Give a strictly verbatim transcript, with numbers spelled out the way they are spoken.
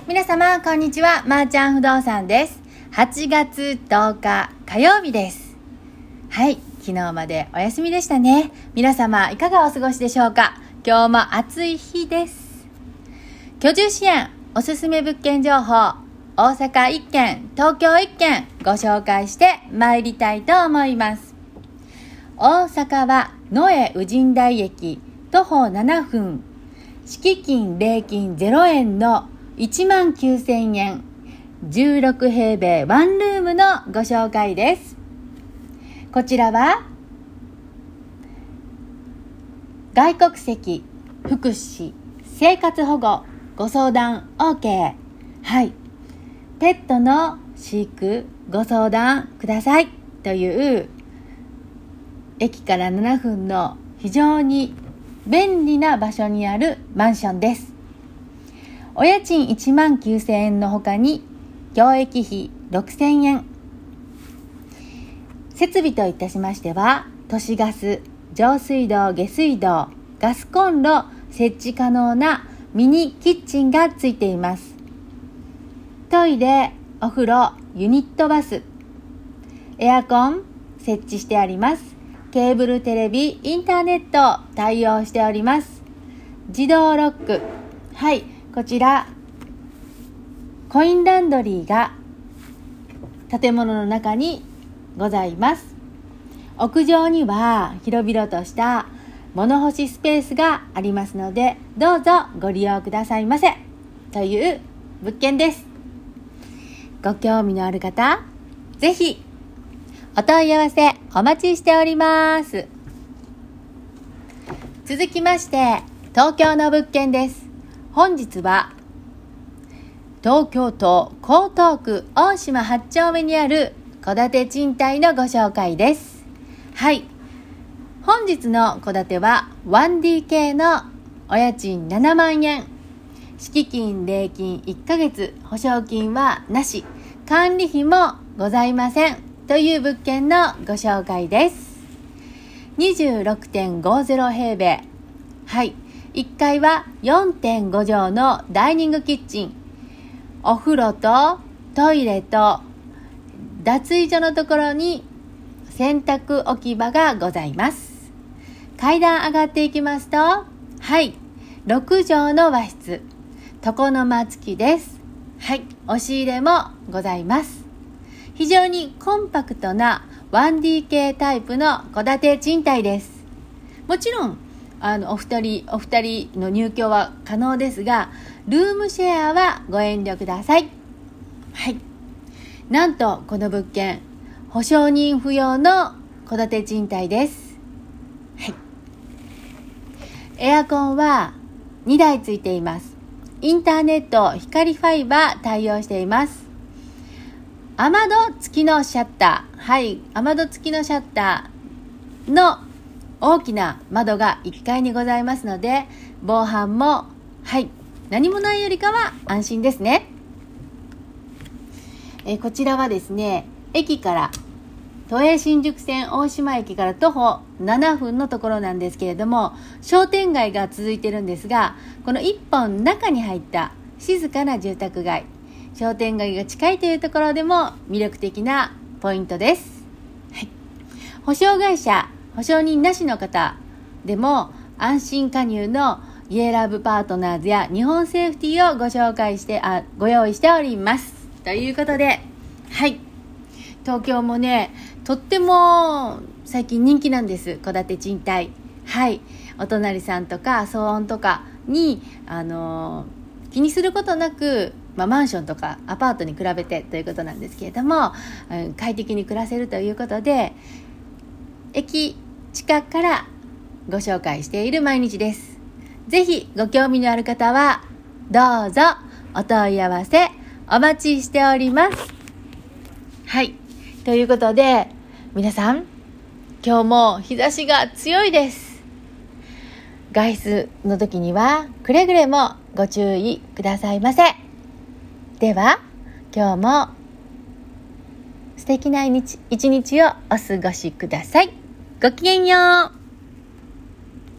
皆様こんにちは、まーちゃん不動産です。はちがつとおか火曜日です。はい、昨日までお休みでしたね。皆様いかがお過ごしでしょうか。今日も暑い日です。居住支援おすすめ物件情報、大阪いっけん、東京いっけんご紹介して参りたいと思います。大阪は野江宇神台駅徒歩ななふん、敷金礼金ゼロえんのいちまんきゅうせんえん、じゅうろくへいべいワンルームのご紹介です。こちらは外国籍、福祉、生活保護、ご相談 OK。 はい、ペットの飼育ご相談くださいという駅からななふんの非常に便利な場所にあるマンションです。お家賃いちまんきゅうせんえんの他に教育費ろくせんえん。設備といたしましては、都市ガス、上水道、下水道、ガスコンロ設置可能なミニキッチンがついています。トイレ、お風呂、ユニットバス、エアコン設置してあります。ケーブルテレビ、インターネット対応しております。自動ロック、はい、こちらコインランドリーが建物の中にございます。屋上には広々とした物干しスペースがありますので、どうぞご利用くださいませという物件です。ご興味のある方、ぜひお問い合わせお待ちしております。続きまして東京の物件です。本日は東京都江東区大島はち丁目にある戸建て賃貸のご紹介です。はい、本日の戸建ては ワンディーケー のお家賃ななまんえん、敷金礼金いっかげつ、保証金はなし、管理費もございませんという物件のご紹介です。 にじゅうろくてんごぜろへいべい、はい、いっかいは よんてんご 畳のダイニングキッチン、お風呂とトイレと脱衣所のところに洗濯置き場がございます。階段上がっていきますと、はい、ろくじょうの和室、床の間付きです。はい、押し入れもございます。非常にコンパクトな ワンディーケー タイプの戸建て賃貸です。もちろんあのお二人お二人の入居は可能ですが、ルームシェアはご遠慮ください。はい、なんとこの物件、保証人不要の戸建て賃貸です。はい、エアコンはにだいついています。インターネット、光ファイバー対応しています。雨戸付きのシャッター、はい、雨戸付きのシャッターの大きな窓がいっかいにございますので、防犯も、はい、何もないよりかは安心ですね。えこちらはですね、駅から都営新宿線大島駅から徒歩ななふんのところなんですけれども、商店街が続いてるんですが、この一本中に入った静かな住宅街、商店街が近いというところでも魅力的なポイントです。はい、保証会社、保証人なしの方でも安心加入のイエラブパートナーズや日本セーフティーをご紹介してあご用意しておりますということで、はい、東京もね、とっても最近人気なんです、戸建て賃貸。はい、お隣さんとか騒音とかに、あのー、気にすることなく、まあ、マンションとかアパートに比べてということなんですけれども、うん、快適に暮らせるということで、駅近くからご紹介している毎日です。ぜひご興味のある方はどうぞお問い合わせお待ちしております。はい、ということで皆さん、今日も日差しが強いです。外出の時にはくれぐれもご注意くださいませ。では今日も素敵な一日をお過ごしください。ごきげんよう。